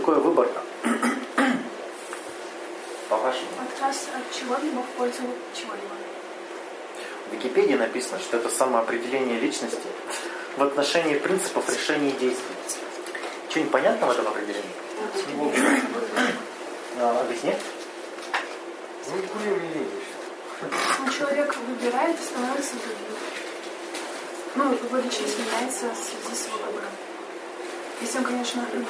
такое выбор-то? По-вашему? Отказ от чего-либо в пользу чего-либо. В Википедии написано, что это самоопределение личности в отношении принципов решения действий. Что-нибудь понятно в этом определении? Объясни. Но человек выбирает и становится другим. Ну, его личность меняется в связи с его выбором. Если он, конечно, любит.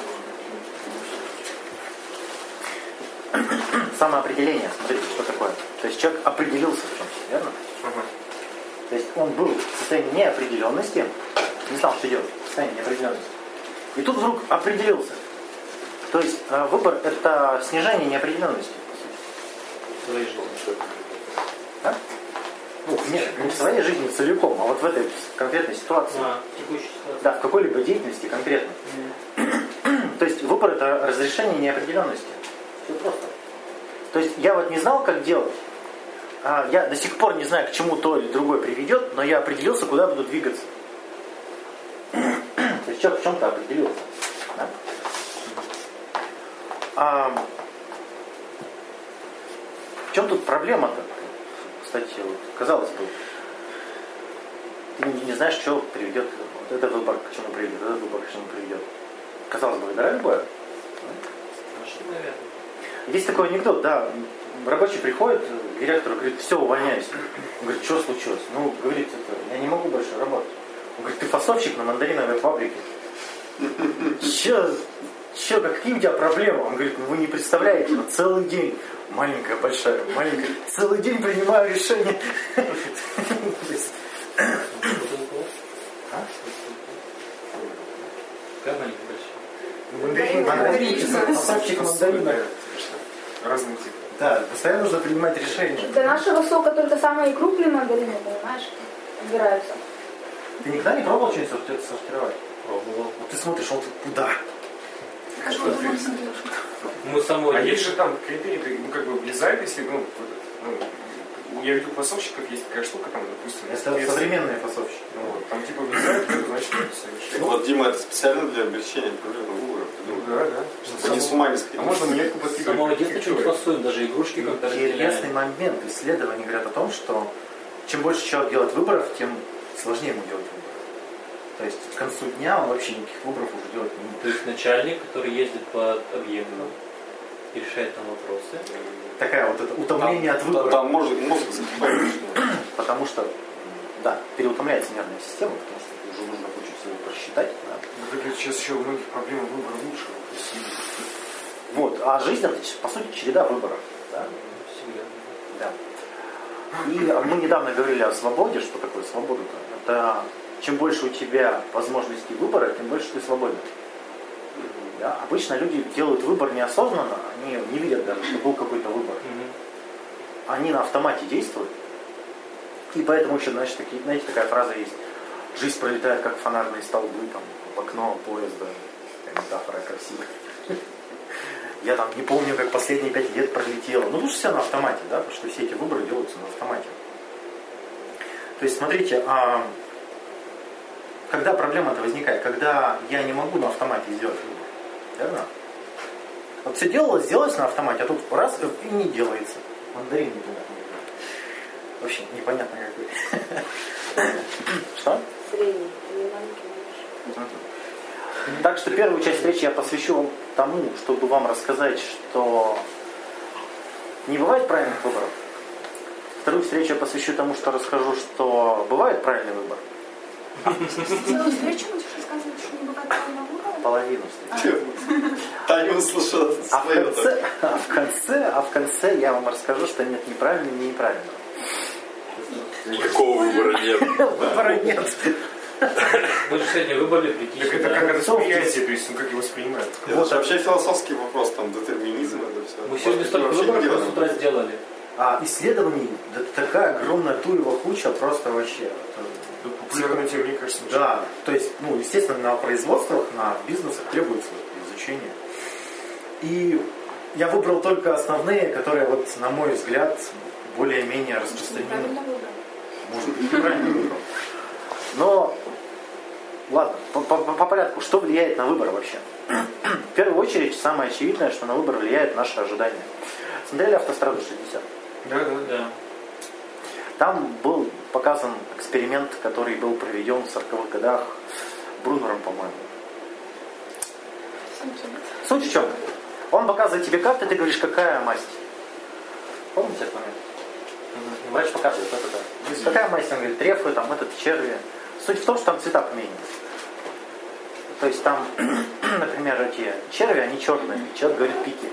Самоопределение, смотрите, что такое. То есть человек определился в чем-то, верно? То есть он был в состоянии неопределенности, не знал, что делать, в состоянии неопределенности. И тут вдруг определился. То есть выбор – это снижение неопределенности. В своей жизни. Да? Ну, нет, не в своей жизни целиком, а вот в этой конкретной ситуации. В текущей ситуации. Да, в какой-либо деятельности конкретно. То есть выбор – это разрешение неопределенности. Все просто. То есть я вот не знал, как делать. Я до сих пор не знаю, к чему то или другое приведет, но я определился, куда я буду двигаться. То есть человек в чем-то определился. Да? В чем тут проблема-то? Кстати, вот, казалось бы, ты не знаешь, что приведет. Вот это выбор к чему приведет, этот выбор к чему приведет. Казалось бы, выбирай любое. Наверное. Есть такой анекдот, да, рабочий приходит к директору, говорит, все, увольняюсь. Он говорит, что случилось? Ну, говорит, я не могу больше работать. Он говорит, ты фасовщик на мандариновой фабрике. Че, какие у тебя проблемы? Он говорит, ну вы не представляете, но целый день, маленькая, большая, маленькая, целый день принимаю решение. Как маленькая, большая? Мандарин, фасовщик мандарина. Разные типы. Да, постоянно нужно принимать решения. Для нашего сока только самые крупные мандарины, понимаешь, отбираются. Ты никогда не пробовал что-нибудь сортировать? Пробовал. Вот ты смотришь, он тут куда? Мы самой. А есть же там критерии, ну как бы влезает, если, я видел фасовщиков, есть такая штука, там, допустим, Это современные фасовщики. Вот, там типа влезает, это значит, что это совершенно. Вот, Дима, это специально для облегчения проблемы выбора. Да. Чтобы они с ума не сходили. А можно менять по С самого детства что-нибудь фасуем, даже игрушки как-то Интересный разделяем. момент. Исследования говорят о том, что чем больше человек делает выборов, тем сложнее ему делать выборы. То есть к концу дня он вообще никаких выборов уже делать не То будет. есть начальник, который ездит по объектам и решает там вопросы. Такая вот это утомление от выбора. Там мозг закипает. Потому что, да, переутомляется нервная система, потому что уже нужно кучу всего просчитать. Да. Сейчас еще у многих проблем выбора лучше. Вот. А жизнь это, по сути, череда выборов. Да? Всегда. Да. И мы недавно говорили о свободе. Что такое свобода-то? Это чем больше у тебя возможностей выбора, тем больше ты свободен. Да? Обычно люди делают выбор неосознанно, они не видят даже, что был какой-то выбор. Они на автомате действуют. И поэтому еще, знаете, такая фраза есть. Жизнь пролетает, как фонарные столбы, там, в окно поезда. Такая метафора красивая. Я там не помню, как последние 5 лет пролетело. Ну, лучше все на автомате, да, потому что все эти выборы делаются на автомате. То есть, смотрите, когда проблема-то возникает? Когда я не могу на автомате сделать выбор. Верно? Вот все делалось на автомате, а тут раз и не делается. Мандарин непонятно. Вообще непонятно какой. Что? Средний, не маленький. Так что первую часть встречи я посвящу тому, чтобы вам рассказать, что не бывает правильных выборов. Вторую встречу я посвящу тому, что расскажу, что бывает правильный выбор. Целую встречу будешь рассказывать, что не бывает правильного выбора? Половину встречи. Таня услышала. А в конце я вам расскажу, что нет ни правильного, ни неправильного. Никакого выбора нет. Выбора нет. Мы же сегодня выбрали прийти Так это сюда. как это восприятие, то есть, как его воспринимают. Это же вообще философский вопрос, там, детерминизм, это все. Мы сегодня столько выборов с утра сделали. А исследований, да, такая огромная туева куча, просто вообще. Это Популярная тема, мне кажется. да, то есть, естественно, на производствах, на бизнесах требуется изучение. И я выбрал только основные, которые, вот, на мой взгляд, более-менее распространены. Правильно выбрал. Может быть, неправильно выбрал. Но, ладно, по порядку, что влияет на выбор вообще? В первую очередь, самое очевидное, что на выбор влияет наше ожидание. Смотрели «Автостраду 60»? Да. Там был показан эксперимент, который был проведен в 40-х годах Брунером, по-моему. Суть в чем? Он показывает тебе карты, ты говоришь, какая масть. Помните этот момент? Врач показывает, вот это. Какая масть? Он говорит, трефы, там, этот, черви. Суть в том, что там цвета поменяны. То есть там, например, эти черви, они черные. Человек говорит пики.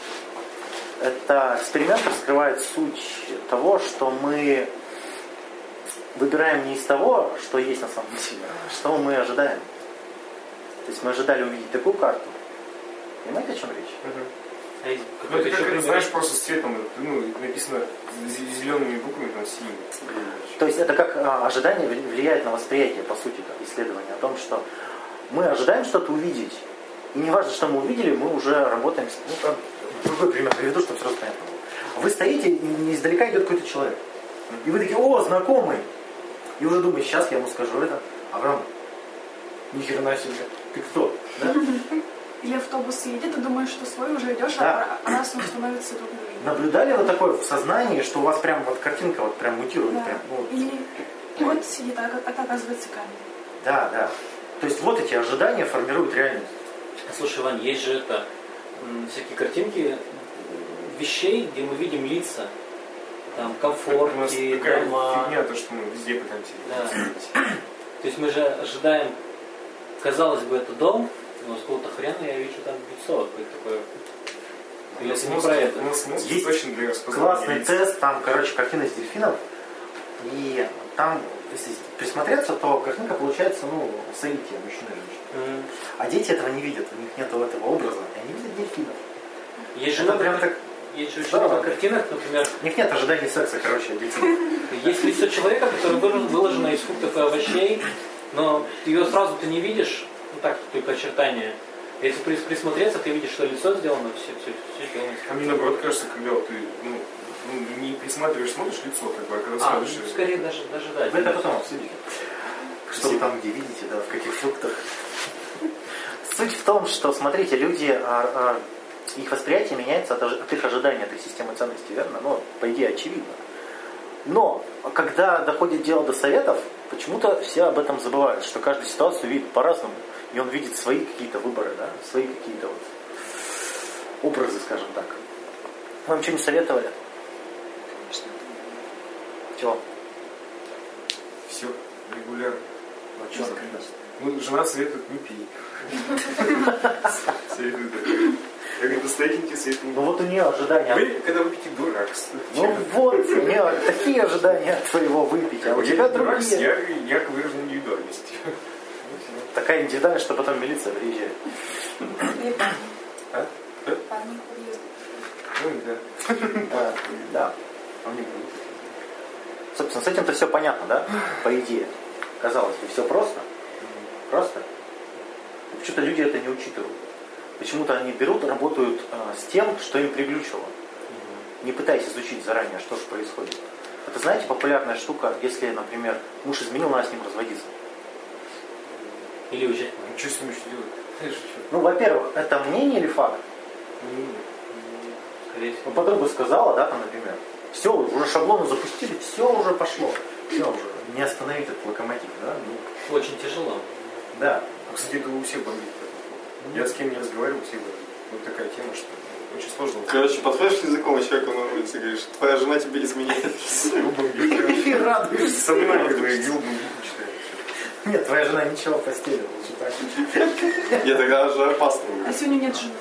Это эксперимент раскрывает суть того, что мы выбираем не из того, что есть на самом деле, а что мы ожидаем. То есть мы ожидали увидеть такую карту. Понимаете, о чем речь? Ну, это как, знаешь, просто с цветом, написано зелеными буквами, там, синими. То есть это как ожидание влияет на восприятие, по сути, как исследование о том, что мы ожидаем что-то увидеть, и не важно, что мы увидели, мы уже работаем с... другой пример приведу, чтобы сразу понятно было. Вы стоите, и издалека идет какой-то человек. И вы такие, о, знакомый! И уже думаете, сейчас я ему скажу это. Авраам, ни хрена себе, ты кто? Да? Или автобус едет, ты думаешь, что свой уже идешь, Да. а раз он становится другим. Наблюдали вы такое в сознании, что у вас прям вот картинка вот прям мутирует? Да. Прям, вот. И вот сидит, а это оказывается камень. Да, да. То есть вот эти ожидания формируют реальность. Слушай, Вань, есть же всякие картинки вещей, где мы видим лица. Там комфорт, У нас такая дома. фигня, то, что мы везде пытаемся видеть. То есть мы же ожидаем, казалось бы, это дом, но с какого-то хрена я вижу там лицо какое-то такое. У нас не мозг, про это. у нас мозг Есть точно для распознавания классный лиц. тест, там, короче, картина из дельфинов. И там, если присмотреться, то картинка получается, соитие мужчины и женщины. А дети этого не видят, у них нет этого образа, и они видят дельфинов. Есть же Это много, прям так... есть же очень здорово. много картинок, например, У них нет ожиданий секса, короче, от дельфинов. есть лицо человека, которое выложено из фруктов и овощей, но ее сразу ты не видишь, так, только очертания. Если присмотреться, ты видишь, что лицо сделано, все сделано. А мне наоборот кажется, когда вот ты не присматриваешь, смотришь лицо, как бы, а когда смотришь... скорее даже да. Вы это потом обсудите. Что вы там где видите, да, в каких фруктах. Суть в том, что, смотрите, люди, их восприятие меняется от их ожидания, от их системы ценностей, верно? По идее, очевидно. Но, когда доходит дело до советов, почему-то все об этом забывают, что каждую ситуацию видит по-разному. И он видит свои какие-то выборы, да, свои какие-то образы, скажем так. Вам что-нибудь советовали? Конечно. Чего? Все, регулярно. Ну, что, например? Жена советует, не пей. Советует. Я говорю, настоятельники советуют. Ну вот у нее ожидания. Вы, когда вы пьете, дурак. Ну вот, у нее такие ожидания от твоего выпить, а у тебя дурак, другие. я выражен индивидуальность. Такая индивидуальность, что потом милиция приезжает. А? Парни подъезд. Да. Да. Собственно, с этим-то все понятно, да? По идее. Казалось бы, все просто. Просто. Но почему-то люди это не учитывают. Почему-то они берут, работают с тем, что им приглючило. Не пытаясь изучить заранее, что же происходит. Это, знаете, популярная штука, если, например, муж изменил, надо с ним разводиться. Или уезжать. Что с ним еще делать? Ну, во-первых, это мнение или факт? Скорее всего. Ну, подруга сказала, да, там, например, все, уже шаблоны запустили, все уже пошло. Все уже, не остановить этот локомотив, да? Очень тяжело. Да. Кстати, это у всех бомбит. Я с кем не разговаривал, у всех бомбит. Вот такая тема, что очень сложно. Короче, подходишь языком человеку на улице и говоришь, твоя жена тебе изменяет. И радуешься. Со мной как бы игру бомбит начинает. Нет, твоя жена ничего в постели, лучше так. Я тогда же опасно. А сегодня нет жены.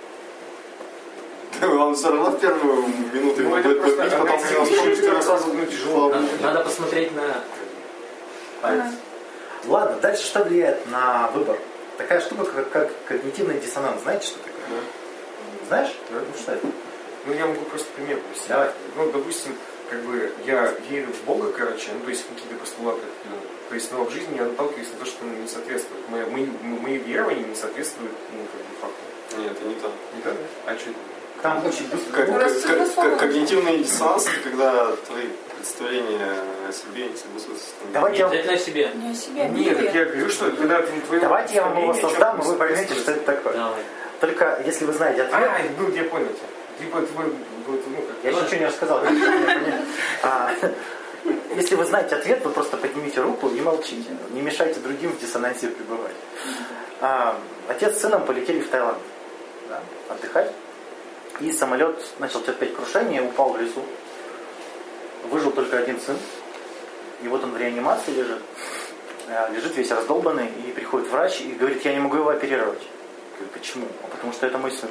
Он все равно в первую минуту его будет бомбить, потом с него вспомнить рассказывать, тяжело. Надо посмотреть на палец. Ладно, дальше что влияет на выбор? Такая штука, как когнитивный диссонанс. Знаете, что такое? Знаешь? Да. Ну что это? Я могу просто пример привести. Давай. Допустим, как бы я верю в Бога, короче, то есть какие-то постулаты. То есть, в жизни я наталкиваюсь на то, что не соответствует. Мои верования не соответствуют, как бы, факту. Нет, это не то. Не так, да? А что это? Там очень быстро. Когнитивный диссонанс, когда твои представления о себе не согласуются с твоими. Давайте я... Обязательно о себе. Не о себе, а Нет, так я говорю, что когда ты твои Давайте я вам его представления создам, и чётко вы поймете, согласуются. что это такое. Давай. Только если вы знаете ответ... Ну, я понял тебя. Типа твой, ну, как... Я еще ничего не рассказал. Если вы знаете ответ, вы просто поднимите руку и молчите. Не мешайте другим в диссонансе пребывать. Отец с сыном полетели в Таиланд, да, отдыхать. И самолет начал терпеть крушение, упал в лесу. Выжил только один сын. И вот он в реанимации лежит. Лежит весь раздолбанный. И приходит врач и говорит: я не могу его оперировать. Я говорю: почему? Потому что это мой сын.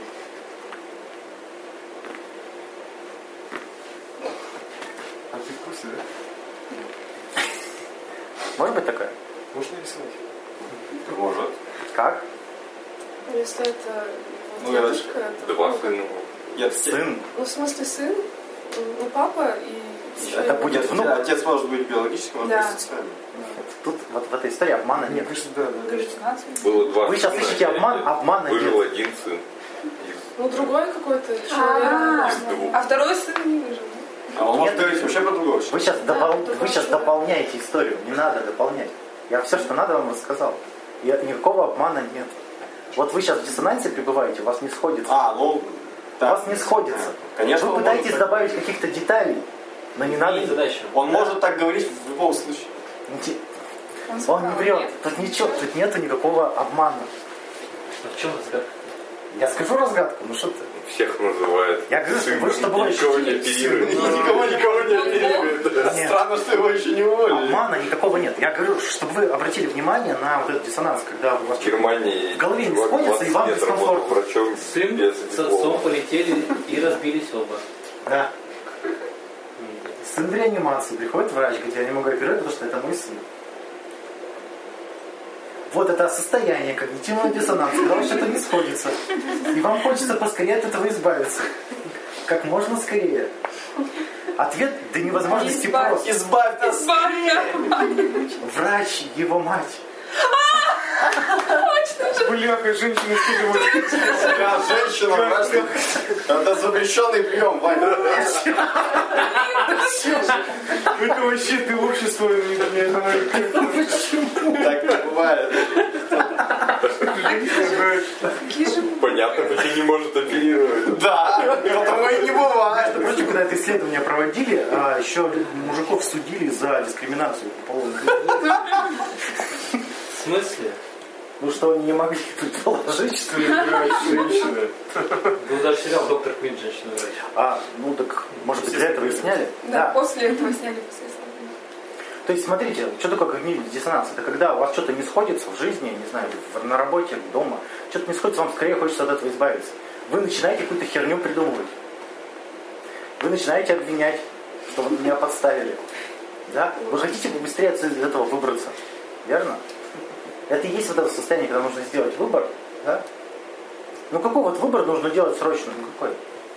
А ты в курсе, да? Может быть такое? Можно рисовать? Может. Как? Если это Ну, я дедушка, это... Два сына. Нет, Сын. Ну, в смысле, сын, ну, папа и... еще Это и- будет внук. Отец может быть биологическим, а Да. быть социальным. Тут вот в этой истории обмана Мне нет. кажется, да. Галлюцинации. Было два Вы сейчас сына, ищете обман, обмана Выжил нет. один сын. Ну, другой какой-то А, человек. Из двух. А второй сын не выжил. А он может Нет. говорить вообще про другого Вы человека. сейчас, вы сейчас дополняете историю. Не надо дополнять. Я все, что надо, вам рассказал. И никакого обмана нет. Вот вы сейчас в диссонансе пребываете, у вас не сходится. Ну, У вас не сходится. Конечно, Вы он пытаетесь может так- добавить каких-то деталей, но не надо. И задача. Он может так говорить в любом случае. Он не врет. Тут ничего, тут нету никакого обмана. А в чем разгадка? Я скажу разгадку, ну что ты? Всех называет. Я говорю, что вы, чтобы вы Никого не ощутили. оперирует. Никого не оперирует. Нет. Странно, что его еще не уволили. Обмана никакого нет. Я говорю, чтобы вы обратили внимание на вот этот диссонанс, когда у вас В Германии в голове не чувак сходится, и 20 вам лет дискомфортно. работал врачом Сын без с диплома. отцом полетели и разбились оба. Да. Сын в реанимации, приходит врач, говорит: я не могу оперировать, потому что это мой сын. Вот это состояние когнитивного диссонанса, когда что-то не сходится. И вам хочется поскорее от этого избавиться. Как можно скорее. Ответ до невозможности прост. Избавь нас. Врач, его мать. Бляха, женщины скидывают. Да, женщина, врач. Это запрещенный прием, Ваня. Это вообще ты общество не Так не бывает. Понятно, почему не может оперировать. Да, потому и не бывает. Впрочем, когда это исследование проводили, еще мужиков судили за дискриминацию по половому признаку. В смысле? Ну что они не могли предположить, что женщины. Был даже сериал «Доктор Квин. Женщина-врач». ну так, может быть, для этого и сняли? Да, после этого сняли последствия. То есть, смотрите, что такое когнитивный диссонанс? Это когда у вас что-то не сходится в жизни, не знаю, на работе, дома, что-то не сходится, вам скорее хочется от этого избавиться. Вы начинаете какую-то херню придумывать. Вы начинаете обвинять, что вы меня подставили. Да? Вы хотите побыстрее из этого выбраться. Верно? Это и есть вот это состояние, когда нужно сделать выбор. Да? Ну какой вот выбор нужно делать срочно? Ну какой?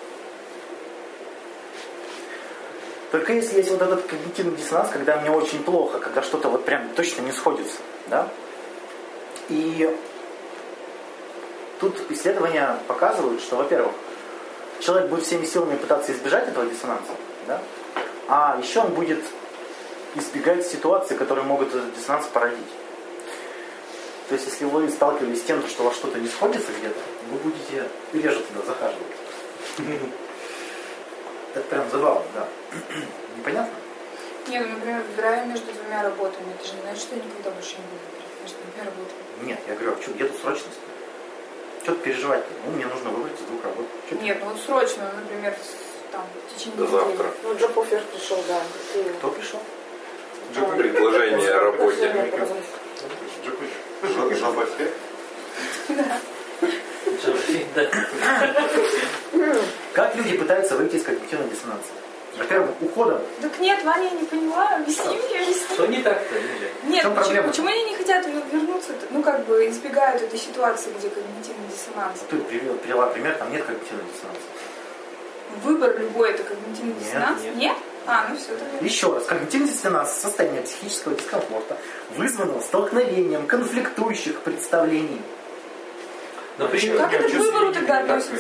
Только если есть вот этот когнитивный диссонанс, когда мне очень плохо, когда что-то вот прям точно не сходится. Да? И тут исследования показывают, что, во-первых, человек будет всеми силами пытаться избежать этого диссонанса. Да? А еще он будет избегать ситуаций, которые могут этот диссонанс породить. То есть, если вы сталкивались с тем, что у вас что-то не сходится где-то, вы будете реже туда захаживать. Это прям забавно, да. Непонятно? Нет, ну, например, выбираю между двумя работами. Это же не значит, что я никогда больше не буду выбирать между двумя работами. Нет, я говорю, а что, где тут срочность? Что тут переживать-то? Ну, мне нужно выбрать из двух работ. Чё ты? Нет, ну вот срочно, например, там, в течение До недели. завтра. Ну, Джоб Офер пришел, да. Кто пришел? Предложение о работе. Жабафе. Как люди пытаются выйти из когнитивного диссонанса? Во-первых, уходом. Так нет, Ваня, я не поняла. Объясни мне, объясни. Что не так-то, Лилия? Нет, В чем проблема? почему они не хотят вернуться? Ну, как бы избегают этой ситуации, где когнитивный диссонанс. Ты привела пример, там нет когнитивного диссонанса. Выбор любой — это когнитивный Нет, диссонанс? нет. Ну все, тогда. Еще раз, когнитивный диссонанс — состояние психического дискомфорта, вызванного столкновением конфликтующих представлений. Например, Как это к чувствую, выбору что тогда не так, относится, то я есть- не понимаю.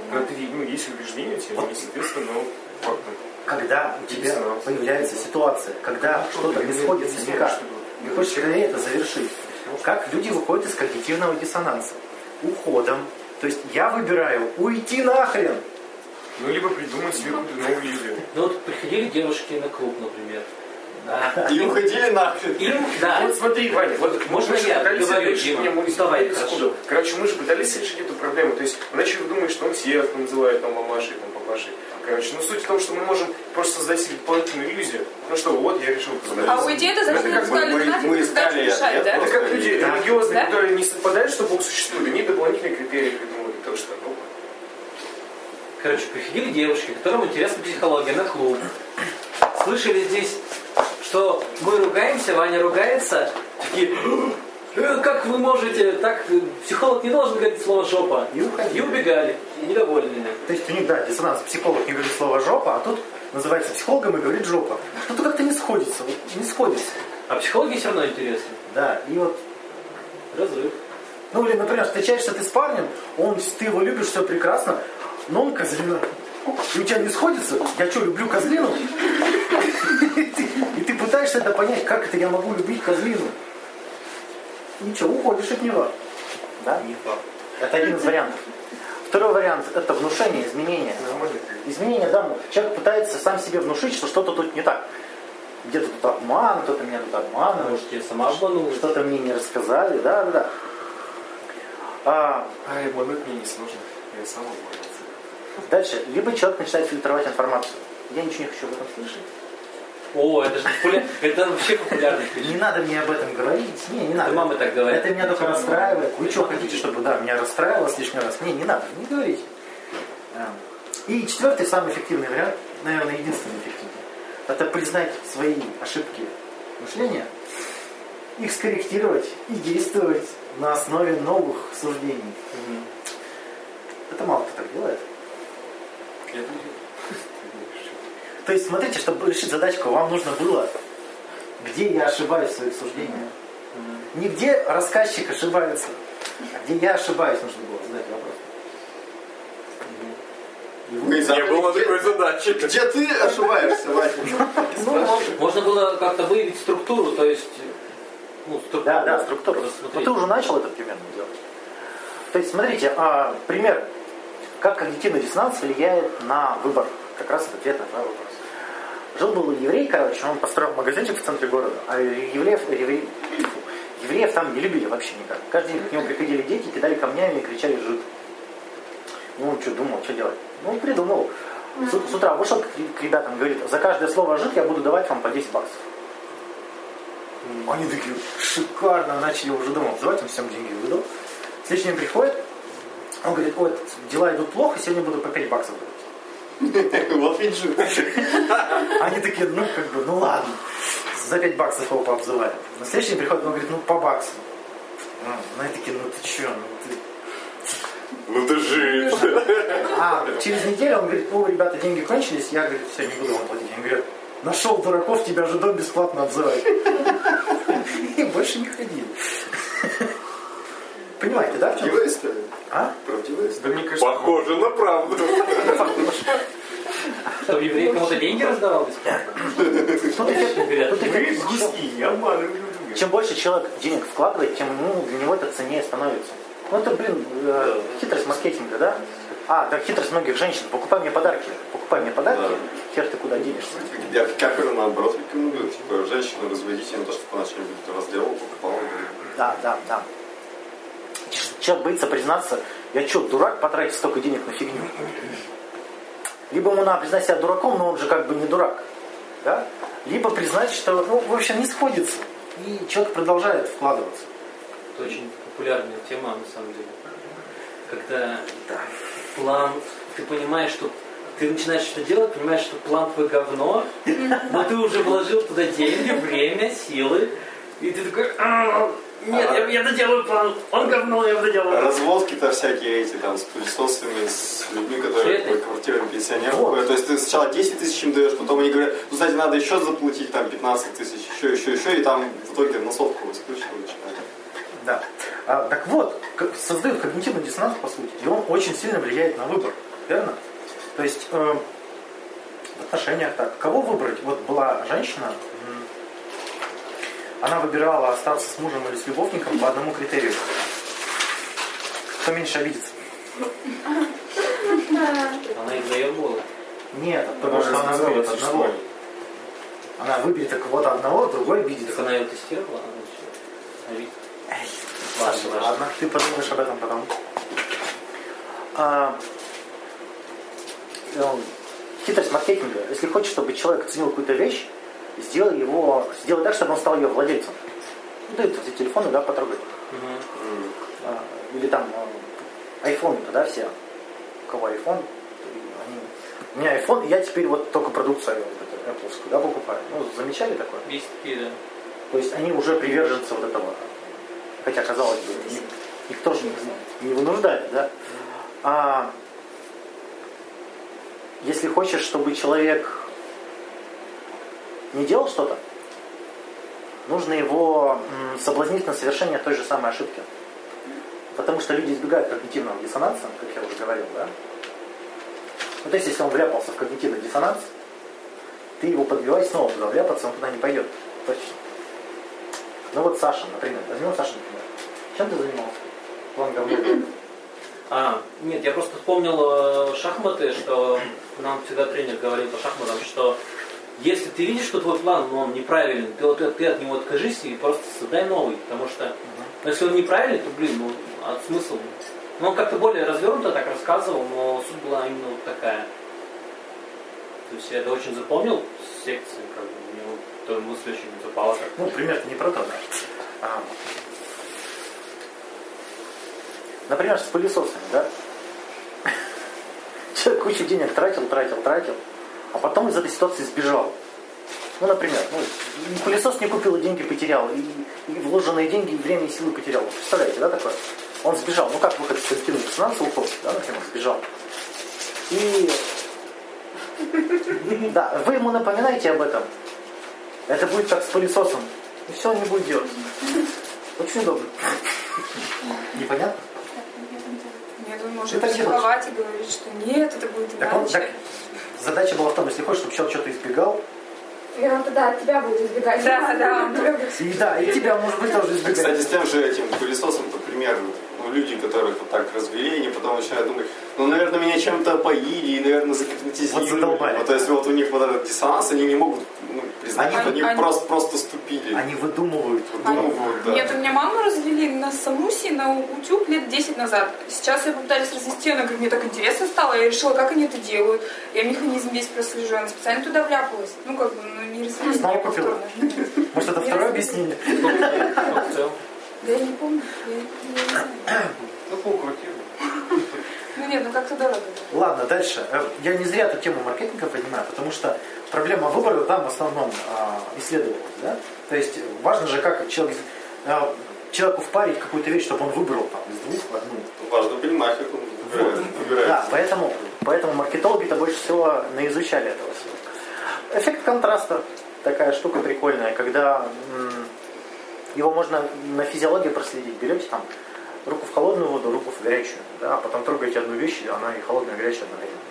Когда ты, есть убеждения у тебя, есть, соответственно, фактом. Когда у тебя появляется ситуация, когда что-то не сходится никак, и хочешь скорее это завершить, как люди выходят из когнитивного диссонанса? Уходом. То есть я выбираю уйти нахрен. Либо придумать себе какую-то новую иллюзию. Ну вот приходили девушки на клуб, например. И уходили нахрен. Да. Вот смотри, Ваня, вот можно я говорю, Дима? Давай, хорошо. Короче, мы же пытались решить эту проблему. То есть мы начали думать, что он всех называет там мамашей, там папашей. Короче, суть в том, что мы можем просто создать себе дополнительную иллюзию. Ну что, вот я решил поздравить. А уйти это значит, что мы искали решать, да? Это как люди религиозные, которые не совпадают, что Бог существует. Они дополнительные критерии придумали. То, что, Короче, приходили девушки, которым интересна психология, на клуб. Слышали здесь, что мы ругаемся, Ваня ругается. Такие, как вы можете, так психолог не должен говорить слово жопа. И убегали, недовольные. То есть у них, да, диссонанс. Психолог не говорит слово жопа, а тут называется психологом и говорит жопа. Что-то как-то не сходится. Вот, не сходится. А психология все равно интересна. Да, и вот разрыв. Ну, или, например, встречаешься ты с парнем, ты его любишь, все прекрасно, но он козлина. И у тебя не сходится, я что, люблю козлину? И ты пытаешься это понять, как это я могу любить козлину. Ничего, уходишь от него. Да? Это один из вариантов. Второй вариант – это внушение, изменение. Изменение, да, человек пытается сам себе внушить, что что-то тут не так. Где-то тут обман, кто-то меня тут обманывает. Может, я сама обманула. Что-то мне не рассказали, да. Обмануть мне несложно. Я сам обманывался. Дальше. Либо человек начинает фильтровать информацию. Я ничего не хочу об этом слышать. О, это же это вообще популярный клише. Не надо мне об этом говорить. Не надо. Это мамы так говорят. Это меня только расстраивает. Вы что хотите, чтобы меня расстраивалось лишний раз? Не надо, не говорите. И четвертый, самый эффективный вариант, наверное, единственный эффективный. Это признать свои ошибки мышления, их скорректировать и действовать на основе новых суждений. Это мало кто так делает. То есть, смотрите, чтобы решить задачку, вам нужно было, где я ошибаюсь в своих суждениях. Не где рассказчик ошибается, а где я ошибаюсь, нужно было задать вопрос. Не было такой задачи. Где ты ошибаешься, Вадим? Можно было как-то выявить структуру, то есть... Да, структуру. Но ты уже начал это примерно делать. То есть, смотрите, пример, как когнитивный диссонанс влияет на выбор. Как раз ответ на твой вопрос. Жил-был еврей, он построил магазинчик в центре города, а евреев там не любили вообще никак. Каждый день к нему приходили дети, кидали камнями и кричали «жид». Ну, он что думал, что делать? Ну, он придумал. С утра вышел к ребятам, говорит: за каждое слово «жид» я буду давать вам по 10 баксов. Они такие: шикарно, начали уже думать, давайте им всем деньги выдал. Следующий день приходит, он говорит: ой, дела идут плохо, сегодня буду по 5 баксов давать. Вот ведь жид. Они такие: ну ладно, за 5 баксов его пообзывали. На следующий день приходит, он говорит: ну по баксу. Ну они такие: ну ты че, Ну ты жив. А через неделю он говорит: ну ребята, деньги кончились, я, говорит, все, не буду вам платить. Он говорит: нашел дураков, тебя же дом бесплатно обзывает. И больше не ходили. Понимаете, да? Правдивая история? А? Правдивая история? Да, мне кажется, Похоже на правду. Чтобы еврей кому-то деньги раздавал бесплатно? Тут эффект. я обманываю. Чем больше человек денег вкладывает, тем для него это ценнее становится. Ну это, хитрость маркетинга, да? Да, хитрость многих женщин. Покупай мне подарки, хер ты куда денешься. Я Каперу наоборот рекомендую. Типа, женщину разводить на то, чтобы она что-нибудь разделала, покупала. Да. Человек боится признаться: я что, дурак, потратить столько денег на фигню? Либо ему надо признать себя дураком, но он же как бы не дурак. Да? Либо признать, что, в общем, не сходится. И человек продолжает вкладываться. Это очень популярная тема, на самом деле. Когда план, ты понимаешь, что ты начинаешь что-то делать, понимаешь, что план твой говно, но ты уже вложил туда деньги, время, силы, и ты такой: нет, я доделаю план, он говно, я доделаю. Разводки-то всякие эти там с пылесосами, с людьми, которые по квартирам пенсионеров. То есть ты сначала 10 тысяч им даешь, потом они говорят: ну, знаете, надо еще заплатить там 15 тысяч, еще, и там в итоге массовку раскручивают. Да. Так вот, создают когнитивный диссонанс, по сути, и он очень сильно влияет на выбор. верно? То есть в отношениях так. Кого выбрать? Вот была женщина, она выбирала остаться с мужем или с любовником по одному критерию. Кто меньше обидится? Она их заебала. Нет, потому что она выберет одного. Она выберет кого-то одного, другой обидится. Так она ее тестировала? Саша, ладно, ты подумаешь об этом потом. Хитрость маркетинга. Если хочешь, чтобы человек ценил какую-то вещь, сделай так, чтобы он стал ее владельцем. Дают эти телефоны, да, потрогать. Или там айфоны-то, да, все. У кого айфон, у меня айфон, и я теперь вот только продукцию Apple-скую, да, покупаю. Ну, замечали такое? Есть такие, да. То есть они уже приверженцы вот этого. Хотя, казалось бы, никто же не вынуждает, да. Если хочешь, чтобы человек не делал что-то, нужно его соблазнить на совершение той же самой ошибки. Потому что люди избегают когнитивного диссонанса, как я уже говорил, да. Ну, то есть, если он вляпался в когнитивный диссонанс, ты его подбивай снова туда вляпаться, он туда не пойдет. Точно. Ну вот Саша, например. Возьмем Сашу, например. Чем ты занимался? План говно. Нет, я просто вспомнил шахматы, что нам всегда тренер говорил по шахматам, что если ты видишь, что твой план, он неправилен, ты от него откажись и просто создай новый. Потому что, если он неправильный, то, смысл. Он как-то более развернуто так рассказывал, но суть была именно вот такая. То есть я это очень запомнил с секции, как бы, мне вот эта мысль очень запала. Ну, пример-то не про то, да. Например, с пылесосами, да? Человек кучу денег тратил, а потом из этой ситуации сбежал. Ну, например, пылесос не купил, и деньги потерял, и вложенные деньги, и время, и силы потерял. Представляете, да, такое? Он сбежал. Ну, как выход из позитивного диссонанса уходит, да, например, сбежал. И да, вы ему напоминаете об этом. Это будет как с пылесосом. И все, он не будет делать. Очень удобно. Непонятно? Нет, он может психовать и говорить, что нет, это будет иначе. Задача была в том, если хочешь, чтобы человек что-то избегал, и он тогда от тебя будет избегать. Да, и тебя, может быть, тоже избегать. Кстати, с тем же этим пылесосом, например, люди, которых вот так развели, они потом начинают думать, наверное, меня чем-то поили и, наверное, загипнотизировали. Вот то есть вот у них вот этот диссонанс, они не могут признать, что они просто ступили. Они выдумывают. Да. Нет, у меня маму развели на Самусе, на утюг лет 10 назад. Сейчас ее попытались развести, она говорит, мне так интересно стало, я решила, как они это делают. Я механизм весь прослежу, она специально туда вляпалась. Не развели. Снова купила. Может, это второе объяснение? Да я не помню. Как-то дорого. Ладно, дальше. Я не зря эту тему маркетинга поднимаю, потому что проблема выбора там в основном исследовалась, да? То есть важно же, как человеку впарить какую-то вещь, чтобы он выбрал там из двух одну. Важно понимать, как он выбирает. Да, поэтому маркетологи-то больше всего наизучали этого всего. Эффект контраста. Такая штука прикольная, когда его можно на физиологии проследить. Берете там руку в холодную воду, руку в горячую, да, а потом трогаете одну вещь, и она и холодная, и горячая одновременно.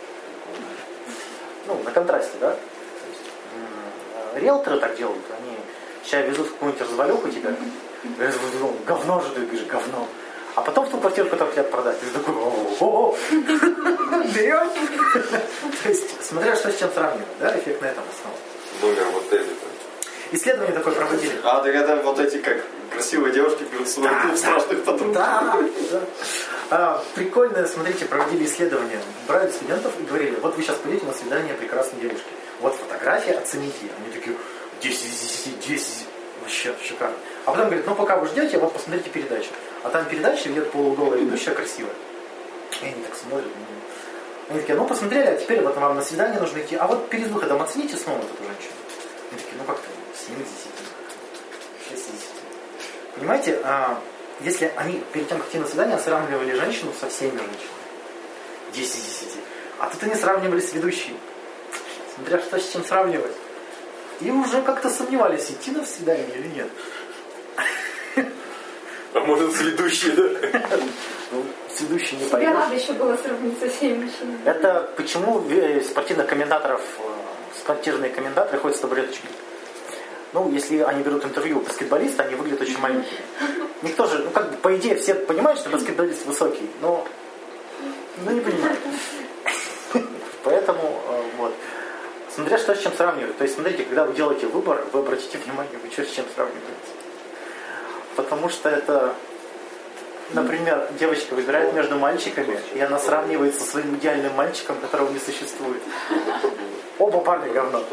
На контрасте, да. Риэлторы так делают, они сейчас везут какую-нибудь развалюху тебя, говорят, говно же, ты говоришь, говно. А потом в ту квартиру, которую хотят продать, ты такой, о-о-о, берем. То есть, смотря что с чем сравнивать, да, эффект на этом основан. Номер в отеле. Исследования такое проводили. Так это вот эти как красивые девушки берут свой клуб страшных подруг. Да. Прикольно, смотрите, проводили исследования. Брали студентов и говорили, вот вы сейчас пойдете на свидание прекрасной девушки. Вот фотография, оцените. Они такие, 10 из 10, вообще шикарно. А потом говорят, пока вы ждете, вот посмотрите передачу. А там передача ведет полуголая ведущая красивая. И они так смотрят. Они такие, посмотрели, а теперь вот вам на свидание нужно идти. А вот перед выходом оцените снова эту женщину. Они такие, как-то 7 из 10. 6 из 10. Понимаете, если они перед тем, как идти на свидание, сравнивали женщину со всеми женщинами. 10 из 10. А тут они сравнивали с ведущей. Смотря что с чем сравнивать. И уже как-то сомневались, идти на свидание или нет. А может, с ведущей, да? с ведущей не Тебе пойдешь. надо еще было сравнить со всеми мужчинами. Это почему спортивных комментаторов, спортивные комментаторы ходят с табуреточкой. Ну, если они берут интервью у баскетболиста, они выглядят очень маленькими. Никто же, ну как бы по идее все понимают, что баскетболист высокий, но не понимают. Поэтому вот. Смотря что с чем сравнивать. То есть, смотрите, когда вы делаете выбор, вы обратите внимание, вы что с чем сравниваете. Потому что это, например, девочка выбирает между мальчиками, и она сравнивает со своим идеальным мальчиком, которого не существует. Оба парня говно.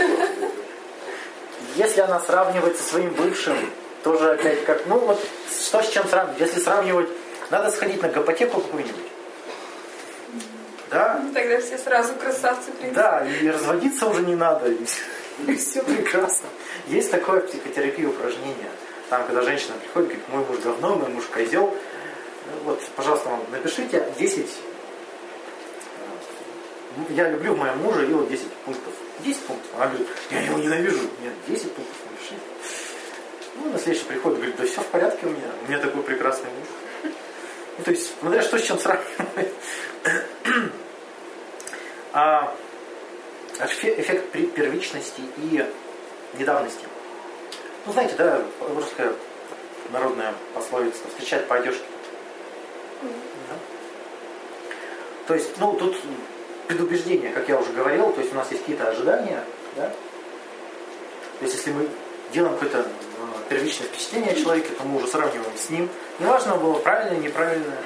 Если она сравнивает со своим бывшим, тоже опять как, ну вот, что с чем сравнивать? Если сравнивать, надо сходить на гопотеку какую-нибудь. Да? Тогда все сразу красавцы, в принципе. Да, и разводиться уже не надо. И все прекрасно. Есть такое в психотерапии упражнение. Там, когда женщина приходит, говорит, мой муж говно, мой муж козел. Вот, пожалуйста, вам напишите 10. Я люблю моего мужа, и вот 10 пунктов. 10 пунктов. Она говорит, я его ненавижу. Нет, 10 пунктов напишите. Ну, на следующий приходит, говорит, да все в порядке у меня такой прекрасный муж. Ну, то есть, смотря что с чем сравнивать. Эффект первичности и недавности. Ну, знаете, да, русская народная пословица встречать по одежке. Да. То есть, ну, тут предубеждение, как я уже говорил, то есть у нас есть какие-то ожидания, да? То есть, если мы делаем какое-то первичное впечатление о человеке, то мы уже сравниваем с ним. Неважно, было правильное, неправильное.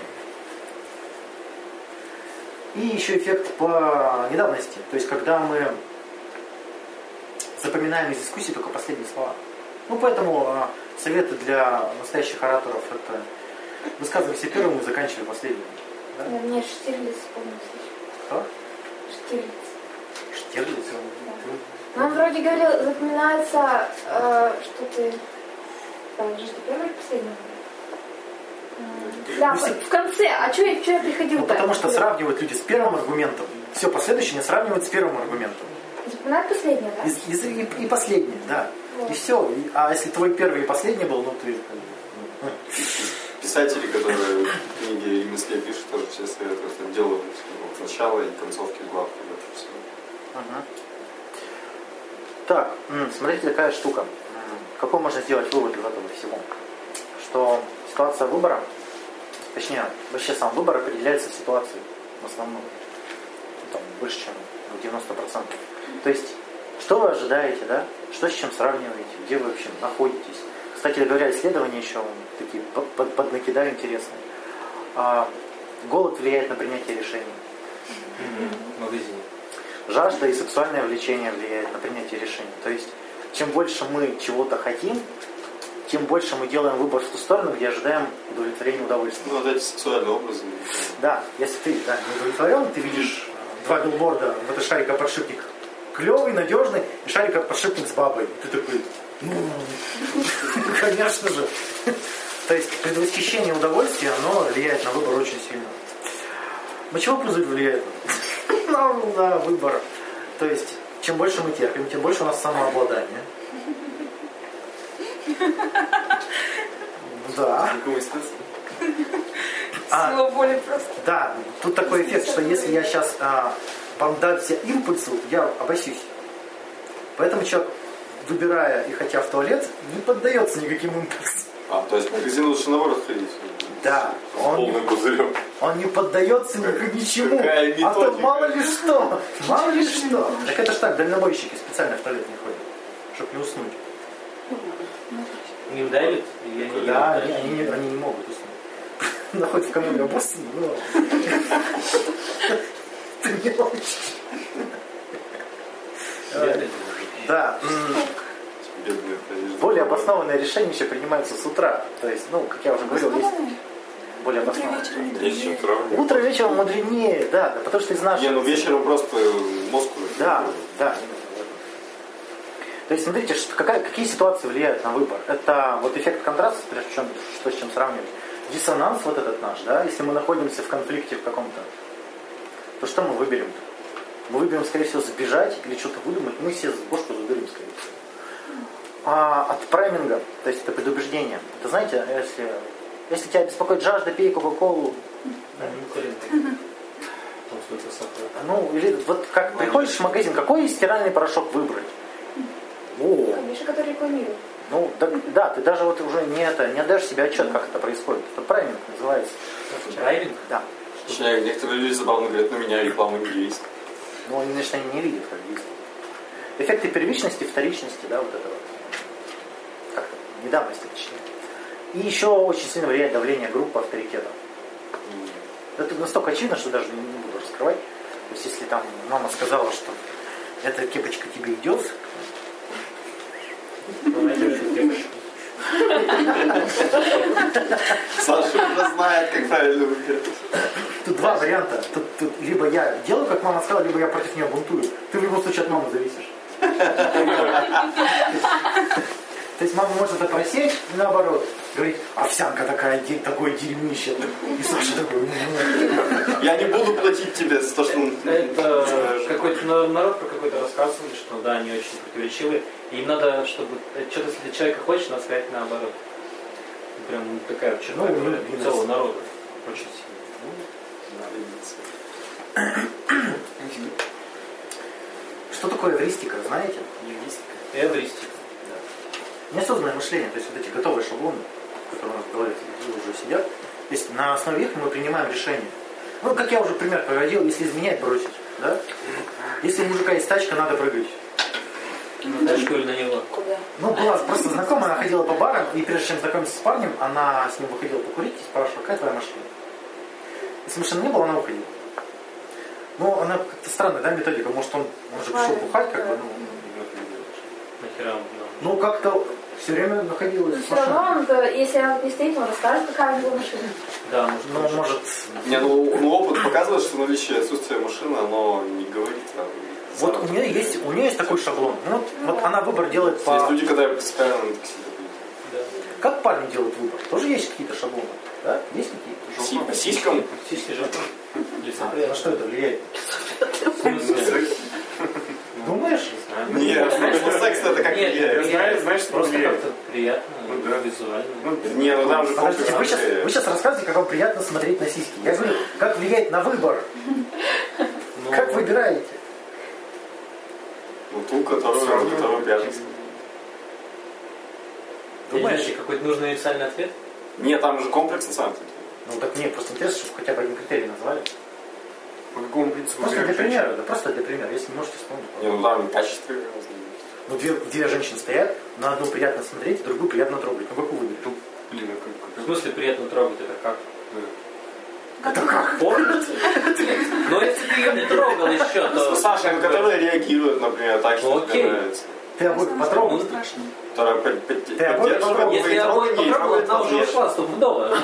И еще эффект по недавности. То есть, когда мы запоминаем из дискуссии только последние слова. Ну, поэтому советы для настоящих ораторов — это высказывайся первым и заканчивай последним. Да? Мне Штирлиц вспомнился. Кто? Штирлиц. Штирлиц? Да. Ну, он вроде говорил, запоминается, что ты... Там же ты первый или последний? Да, в конце. А что я приходил? Ну, потому что сравнивают люди с первым аргументом. Все последующее не сравнивают с первым аргументом. Запоминают последнее, да? И последнее, да. Вот. И все. А если твой первый и последний был, ну ты... Писатели, которые книги и мысли пишут, тоже все советуют отделывать начало и концовки глав. Ага. Так, смотрите, такая штука. Какой можно сделать вывод из этого всего? Что ситуация выбора, точнее, вообще сам выбор определяется ситуацией в основном. Там, больше, чем 90%. То есть, что вы ожидаете, да? Что с чем сравниваете? Где вы вообще находитесь? Кстати говоря, исследования еще такие поднакидаю интересные. Голод влияет на принятие решений. В магазине. Жажда и сексуальное влечение влияет на принятие решений. То есть, чем больше мы чего-то хотим, тем больше мы делаем выбор в ту сторону, где ожидаем удовлетворения удовольствия. Ну, вот эти сексуальные образы. Да, если ты не удовлетворен, ты видишь 2 билборда, вот это шарикоподшипник клевый, надежный, и шарикоподшипник с бабой. И ты такой, конечно же. То есть предвосхищение удовольствия, оно влияет на выбор очень сильно. Мочевой пузырь влияет на выбор. То есть, чем больше мы терпим, тем больше у нас самообладание. Да. Сила воли просто. Да, тут такой эффект, что если я сейчас поддамся импульсу, я обосюсь. Поэтому человек, выбирая и хотя в туалет, не поддается никаким импульсам. То есть в магазин лучше наоборот ходить? Да, он не поддается ничему. А то мало ли что. Мало ли что. Так это ж так, дальнобойщики специально в туалет не ходят, чтобы не уснуть. Не давит? Да, они не могут уснуть. Находят в коммуне обоссаны, но... Ты не хочешь. Да. Более обоснованные решения еще принимаются с утра. То есть, ну, как я уже говорил, есть более обоснованные. Утро вечером мудренее, да, потому что из нашего... Не, ну вечером просто мозг уже. Да. То есть, смотрите, какие ситуации влияют на выбор. Это вот эффект контраста, причем что с чем сравнивать. Диссонанс вот этот наш, да, если мы находимся в конфликте в каком-то, то что мы выберем? Мы выберем, скорее всего, сбежать или что-то выдумать, мы все бошку заберем, скорее всего. От прайминга, то есть это предубеждение. Это, знаете, если тебя беспокоит жажда, пей кока-колу, Там столько сахара. Ну, или вот как приходишь в магазин, какой стиральный порошок выбрать? О, Конечно, который рекламирует. ну, да, ты даже вот уже не отдаешь себе отчет, как это происходит. Это прайминг называется. Драйвинг? Да. Точнее, некоторые люди забавно говорят, на меня рекламы не действует. Но они, конечно, не видят, как действует. Эффекты первичности, вторичности, да, вот это вот. Как-то, недавности, точнее. И еще очень сильно влияет давление группы авторитета. Это настолько очевидно, что даже не буду раскрывать. То есть, если там мама сказала, что эта кепочка тебе идет, Саша уже знает, как правильно выбирать. тут два варианта. Тут либо я делаю, как мама сказала, либо я против нее бунтую. Ты в любом случае от мамы зависишь. То есть мама может это просечь, и наоборот. Говорит, овсянка такое дерьмище. И Саша такой, Я не буду платить тебе за то, что... Это какой-то народ про какой-то рассказывали, что да, они очень противоречивы. И им надо, чтобы что-то, если для человека хочет, надо сказать наоборот. Прям такая черта целого народа. Очень сильно. что такое эвристика, знаете? Эвристика. Неосознанное мышление, то есть вот эти готовые шаблоны, которые у нас в голове уже сидят. То есть на основе их мы принимаем решения. Ну, как я уже пример приводил, если изменять, бросить. Да? Если у мужика есть тачка, надо прыгать. На тачку или на него? Куда? Ну, была просто знакомая, она ходила по барам, и прежде чем знакомиться с парнем, она с ним выходила покурить и спрашивала, какая твоя машина? Если машины не было, она уходила. Ну, она как-то странная, да, методика. Может, он же пришел бухать, как бы, ну... Нахера он? Ну, как-то все время находилась Но все равно, он, если он не стоит, он расскажет, какая у него машина. Да, Ну, может... Не, ну опыт показывает, что наличие отсутствия машины, оно не говорит. Вот у нее есть такой шаблон. Ну, вот она выбор делает по... Есть люди, которые принципиально на такси такие. Да. Как парни делают выбор? Тоже есть какие-то шаблоны? Да? Есть какие-то? По сиськам? Сиськи же. На что это влияет? В смысле? Думаешь? Нет, ну секс это как Нет, влияет. Знаешь, что Просто влияет? как-то приятно, Ну да. визуально. Не, ну там же Подождите, комплекс. вы сейчас рассказываете, как вам приятно смотреть на сиськи. Я говорю, как влияет на выбор? Ну, Как выбираете? Ну ту, которую вяжется. Думаешь? Есть какой-то нужный универсальный ответ? Нет, там же комплекс на самом деле. Ну так мне просто интересно, чтобы хотя бы один критерий назвали. По какому принципу? Просто для выбираешь примера, да просто для примера, если не можете вспомнить. Не, ну там качество разные. Ну две женщины стоят, на одну приятно смотреть, другую приятно трогать. Ну какую выберешь? Блин, В смысле приятно трогать, это как? Это как? Помните? Но если ты ее не трогал еще, Ну, то... Саша, которые реагируют, например, так, что Ну, тебе окей. нравится. Ты обоих потрогал? Страшно. Которая Ты обоих потрогал? Если я обоих потрогал, одна уже ушла стопудово.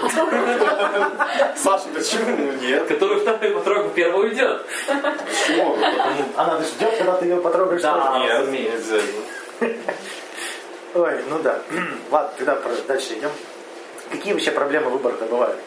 Саша, почему? Ну, нет. Который второй потрогал, первый уйдет. Почему? Она ждет, когда ты ее потрогаешь. Да. тоже? Нет, разумеется. не обязательно. Ой, ну да. Ладно, тогда дальше идем. Какие вообще проблемы выбора-то бывают?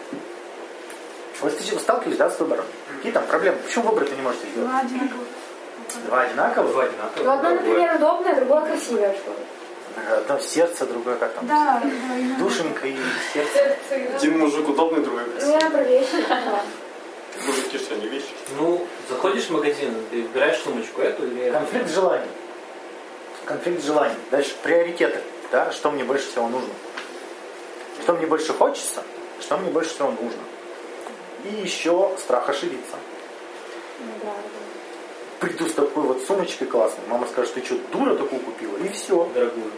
Вот ты сталкиваешься, да, с выбором? Какие там проблемы? Почему выбор ты не можете сделать? Два одинаковых. Два одинаковых? Два одинаковых. Ну, одно, например, удобное, другое красивое, что ли. Одно сердце, другое как там? Да, именно. Душенька и сердце. Один мужик удобный, другой Ну, красивый. я про вещи. Да. Мужики что, не вещи? Ну, заходишь в магазин, ты выбираешь сумочку эту или эту. Конфликт желаний. Конфликт желаний. Дальше приоритеты. Да? Что мне больше всего нужно? Что мне больше хочется? Что мне больше всего нужно? И еще страх ошибиться. Ну, да. Приду с такой вот сумочкой классной. Мама скажет, ты что, дура такую купила? И все. Дорогую.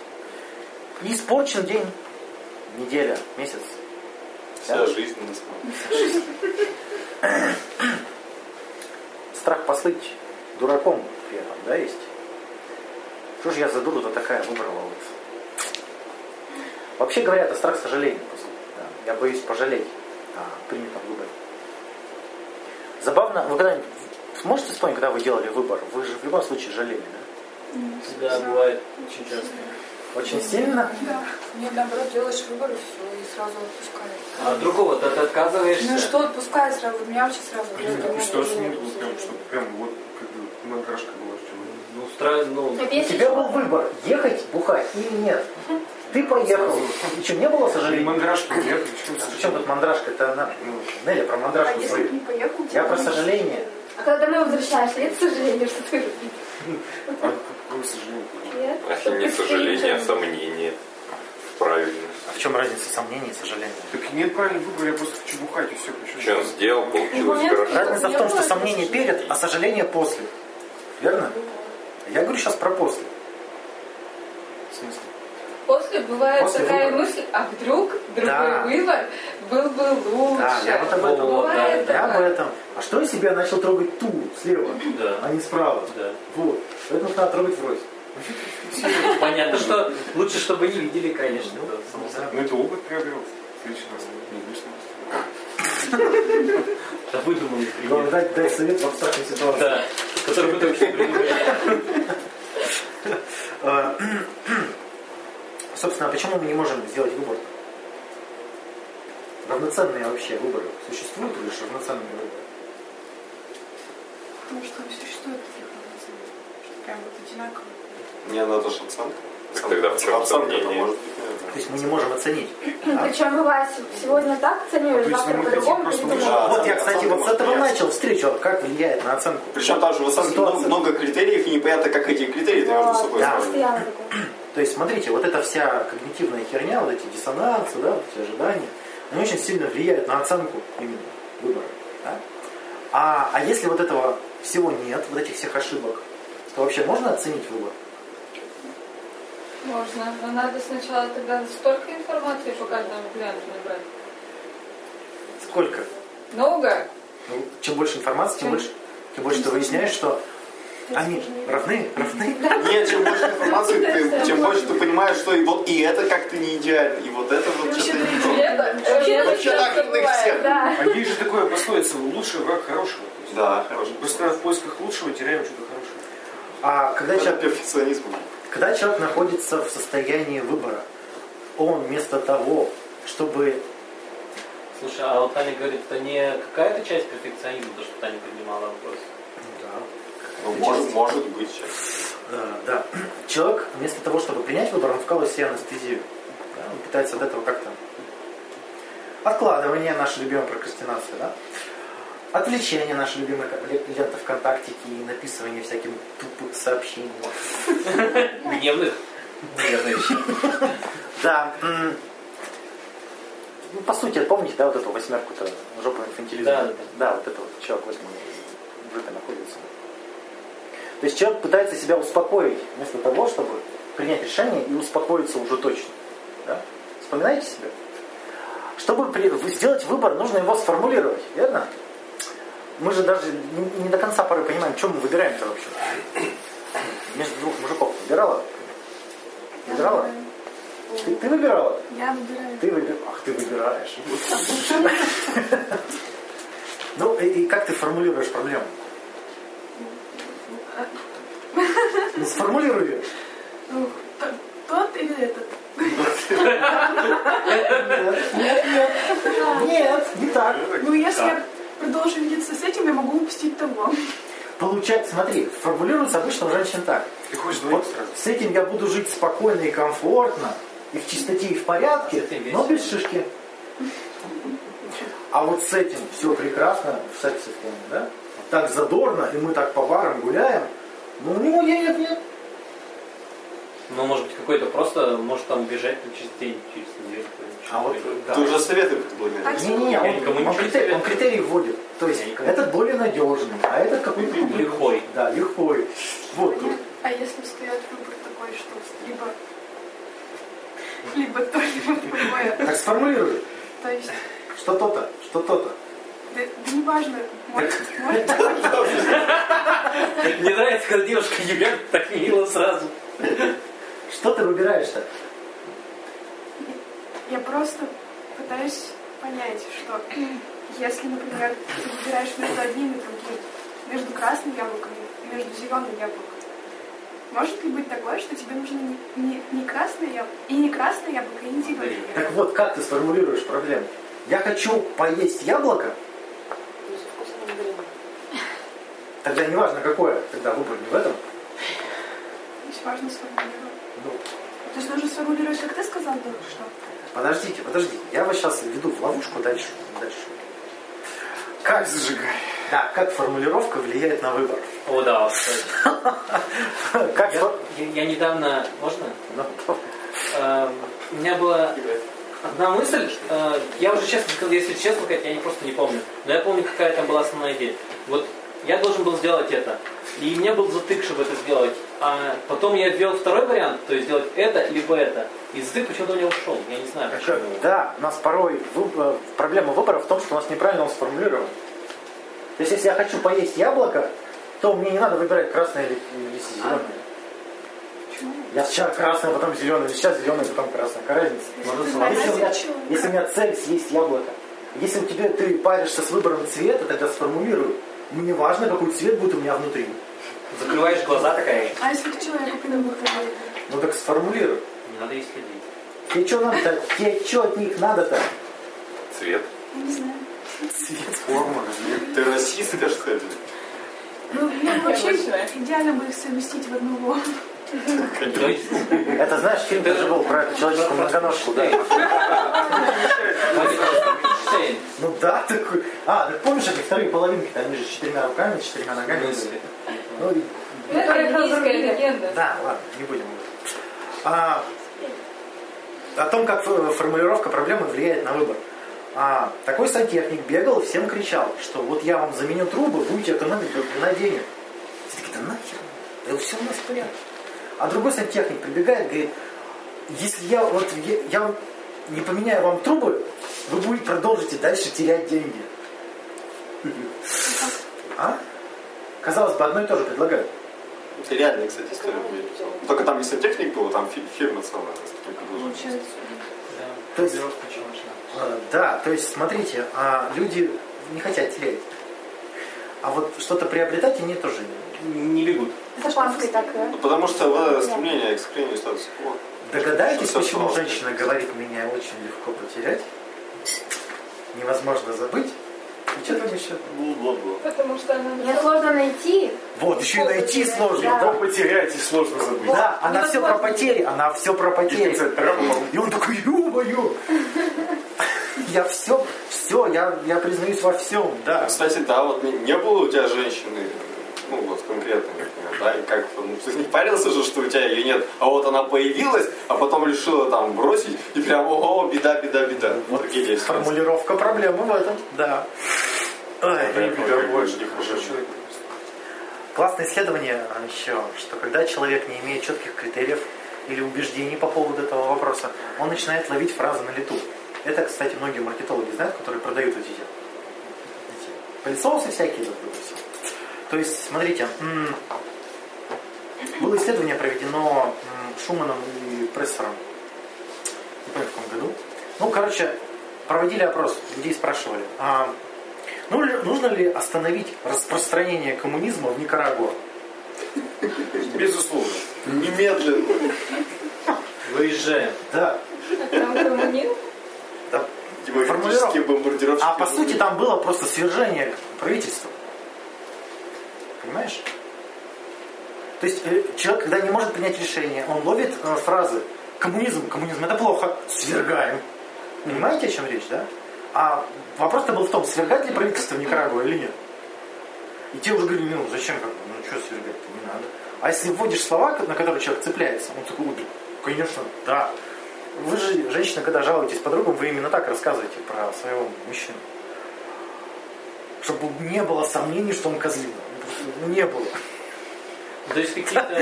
И испорчен день. Неделя, месяц. Вся жизнь на самом. Страх послыть дураком при этом, да, есть? Что же я за дуру-то такая выбрала? Вот. Вообще говоря, это страх сожаления. по сути, да. Я боюсь пожалеть о принятом выборе. Забавно, вы когда-нибудь сможете вспомнить, когда вы делали выбор? Вы же в любом случае жалели, да? Да, бывает очень часто. Очень сильно? Да. Нет, наоборот, делаешь выбор и все, и сразу отпускаешь. А другого-то ты отказываешься? Ну что, отпускай сразу, у меня вообще сразу. Блин, такой ситуации не было, прям, что прям вот как бы накрашка была в чем. Ну, странно, ну... Так У если тебя что, был выбор, ехать, бухать или нет. Ты поехал. И что, не было сожаления? Мандрашки нет. А чем тут мандрашка? Это она... Неля про А мандрашку если свою. бы не поехал, Я про сожаление. А когда домой возвращаешься, нет сожаления, что ты Какое сожаление. нет? А не сожаление, а сомнение. Правильно. А в чем разница сомнений и сожаления? Так нет правильного выбора, я просто хочу бухать и все. Что он сделал, получилось хорошо. Разница в том, что сомнение перед, а сожаление после. Верно? Я говорю сейчас про после. В смысле? После бывает После такая выбора. мысль, а вдруг другой Да. выбор был бы лучше. Да, я вот об этом. Бывает Я об такое. этом. А что если бы я начал трогать ту слева, Да. а не справа? Да. Вот. Поэтому надо трогать врозь. Понятно, что лучше, чтобы не видели, конечно. это само собой. Ну это опыт приобрел. В следующий раз не будешь. Это выдуманный Главное пример. дать совет в абстрактной ситуации. Да, который мы только что придумали. Собственно, а почему мы не можем сделать выбор? Равноценные вообще выборы существуют или лишь равноценные выборы? Потому что не существует таких равноценных, что прям вот одинаково. Мне надо же оценка. Так тогда в чем Оценка это сомнение? может быть, То есть мы не можем оценить. Да? Причем бывает сегодня так оцениваешь, То есть завтра мы хотим по-другому, просто перед выжить. другим. Вот я, кстати, оценка вот с может этого меняться. начал встречу. Как влияет на оценку? Причем там же в оценке Ситуация. много критериев, и непонятно, как эти критерии между собой Да. связаны. Постоянно такое. То есть, смотрите, вот эта вся когнитивная херня, вот эти диссонансы, да, вот эти ожидания, они очень сильно влияют на оценку именно выбора. Да? А если вот этого всего нет, вот этих всех ошибок, то вообще можно оценить выбор? Можно, но надо сначала тогда столько информации по каждому клиенту набрать. Сколько? Много. Ну, чем больше информации, тем больше ты выясняешь, что они равны. Нет, чем больше информации, чем больше ты понимаешь, что и вот и это как-то не идеально, и вот это вот что-то не то. Вообще так видно их всех. Да. А есть же такое пословица, лучший враг хорошего. То есть Да, хорошо. постоянно в поисках лучшего теряем что-то хорошее. А когда Это человек, перфекционизм. когда человек находится в состоянии выбора, он вместо того, чтобы... Слушай, а вот Таня говорит, это не какая-то часть перфекционизма, то, что Таня поднимала вопрос? Ну, может быть сейчас. Да. Человек вместо того, чтобы принять выбор, он вкалывает себе анестезию. Да? Он пытается от этого как-то... Откладывание, наша любимая прокрастинация, да? Отвлечение, наша любимая лента ВКонтактике и написывание всяких тупых сообщений. Гневных? Наверное. Да. Ну, по сути, помните, да, вот эту восьмерку-то жопу инфантилизма? Да, вот это вот человек в этом жопе находится. То есть человек пытается себя успокоить вместо того, чтобы принять решение и успокоиться уже точно. Да? Вспоминаете себя? Чтобы сделать выбор, нужно его сформулировать, верно? Мы же даже не до конца порой понимаем, что мы выбираем-то вообще. Между двух мужиков выбирала? Выбирала? Ты выбирала? Я выбираю. Ты выбираешь. Ах, ты выбираешь. Ну, и как ты формулируешь проблему? Ну, сформулируй ее. Ну, тот или этот? Нет, не так. Ну, если я продолжу видеться с этим, я могу упустить того. Получается, смотри, формулируется обычно у женщин так. Ты хочешь Вот двоих сразу? с этим я буду жить спокойно и комфортно, и в чистоте, и в порядке, но без шишки. А вот с этим все прекрасно, в сексе в плане, да? Так задорно, и мы так по барам гуляем, но у него денег нет. Ну, может быть, какой-то просто, может там убежать через день, через неделю. А вот, да. Ты уже советы предлагаешь. Не-не-не, Я никому ничего не советую. он критерий вводит. То есть, Я никому. этот более надежный, а этот какой-то... Лихой. Да, лихой. Вот. А если встает выбор такой, что либо то, либо другое, Так сформулируй. то есть, Что то-то, что то-то. да неважно, может, Мне нравится, когда девушка Юля так мило сразу. Что ты выбираешь-то? я просто пытаюсь понять, что если, например, ты выбираешь между одним и другим, между красным яблоком и между зеленым яблоком, может ли быть такое, что тебе нужно не красное яблоко, и не красное яблоко, и не зеленое Так яблоко? вот, как ты сформулируешь проблему? Я хочу поесть яблоко, тогда неважно какое, тогда выбор не в этом. Здесь важно сформулировать. Ну, То есть нужно сформулировать, как ты сказал только что? Подождите. Я вас сейчас веду в ловушку дальше. Как зажигай? Да, как формулировка влияет на выбор? О, да, кстати. Я недавно... Можно? У меня была одна мысль. Я уже честно сказал, если честно сказать, я просто не помню. Но я помню, какая там была основная идея. Вот я должен был сделать это. И у меня был затык, чтобы это сделать. А потом я ввел второй вариант, то есть сделать это, либо это. И затык почему-то у меня ушел. Я не знаю почему. Да, у нас порой проблема выбора в том, что у нас неправильно он сформулирован. То есть, если я хочу поесть яблоко, то мне не надо выбирать красное или зеленое. Я сначала красное, потом зеленое, сейчас зеленое, потом красное. Какая разница? Если у меня цель съесть яблоко, если ты паришься с выбором цвета, тогда сформулируй. Мне важно, какой цвет будет у меня внутри. Закрываешь глаза такая. А если к человеку придумал? Ну так сформулируй. Не надо есть людей. Тебе что надо-то? Тебе что от них надо-то? Цвет. Не знаю. Цвет, форма. Ты расистка, что ли? Ну, вообще идеально бы их совместить в одного. Это знаешь, фильм даже был про эту человеческую многоножку, да? Ну да, такой. Так помнишь, эти вторые половинки, они же с 4 руками, с 4 ногами. Это индийская легенда. Да, ладно, не будем. О том, как формулировка проблемы влияет на выбор. Такой сантехник бегал, всем кричал, что вот я вам заменю трубы, будете экономить на денег. Все такие, да нахер, да все у нас в порядке. А другой сантехник прибегает, говорит, если я не поменяю вам трубы, вы продолжите дальше терять деньги. Казалось бы, одно и то же предлагают. Это реальная, кстати, история. Только там не сантехник был, там фирма целая. То есть, да, то есть, смотрите, люди не хотят терять. А вот что-то приобретать они тоже не бегут. Это панской так, да? Потому что стремление к сохранению статуса-кво. Догадаетесь, почему женщина говорит, меня очень легко потерять? Невозможно забыть? И что там еще? Потому что мне сложно найти. Вот, еще и найти сложно. Да, потерять и сложно забыть. Да, она все про потери, И он такой, ё-моё! Я я признаюсь во всем, да. Кстати, да, вот не было у тебя женщины, ну вот конкретно, например, да, и как, ты не парился же, что у тебя ее нет, а вот она появилась, а потом решила там бросить, и прям, ого, беда. Вот формулировка проблемы в этом, да. Классное исследование еще, что когда человек не имеет четких критериев или убеждений по поводу этого вопроса, он начинает ловить фразы на лету. Это, кстати, многие маркетологи знают, которые продают эти пылесосы всякие. То есть, смотрите, было исследование проведено Шуманом и Прессером. Не помню, в каком году. Проводили опрос, людей спрашивали, нужно ли остановить распространение коммунизма в Никарагуа? Безусловно. Немедленно. Выезжаем. Да. Там коммунизм? Да. Демократические бомбардировщики. А по сути там было просто свержение правительства. Понимаешь? То есть человек, когда не может принять решение, он ловит фразы коммунизм это плохо, свергаем. Понимаете, о чем речь, да? А вопрос-то был в том, свергать ли правительство в Никарагуа или нет. И те уже говорили, зачем, что свергать-то, не надо. А если вводишь слова, на которые человек цепляется, он такой, конечно, да. Вы же, женщина, когда жалуетесь подругам, вы именно так рассказываете про своего мужчину. Чтобы не было сомнений, что он козлина. Не было. То есть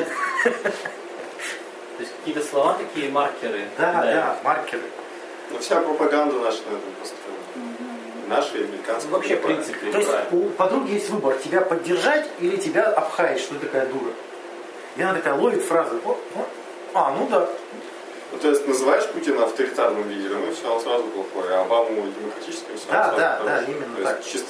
какие-то слова, такие маркеры. Да, маркеры. Ну, вся пропаганда наша на этом построена. Наша и американская. Вообще, в принципе. То есть у подруги есть выбор, тебя поддержать или тебя обхаять, что ты такая дура. И она такая ловит фразу. Ну да. Ну, то есть называешь Путина авторитарным лидером, и все, он сразу плохой, а Обаму демократическим. Да, именно так. Чисто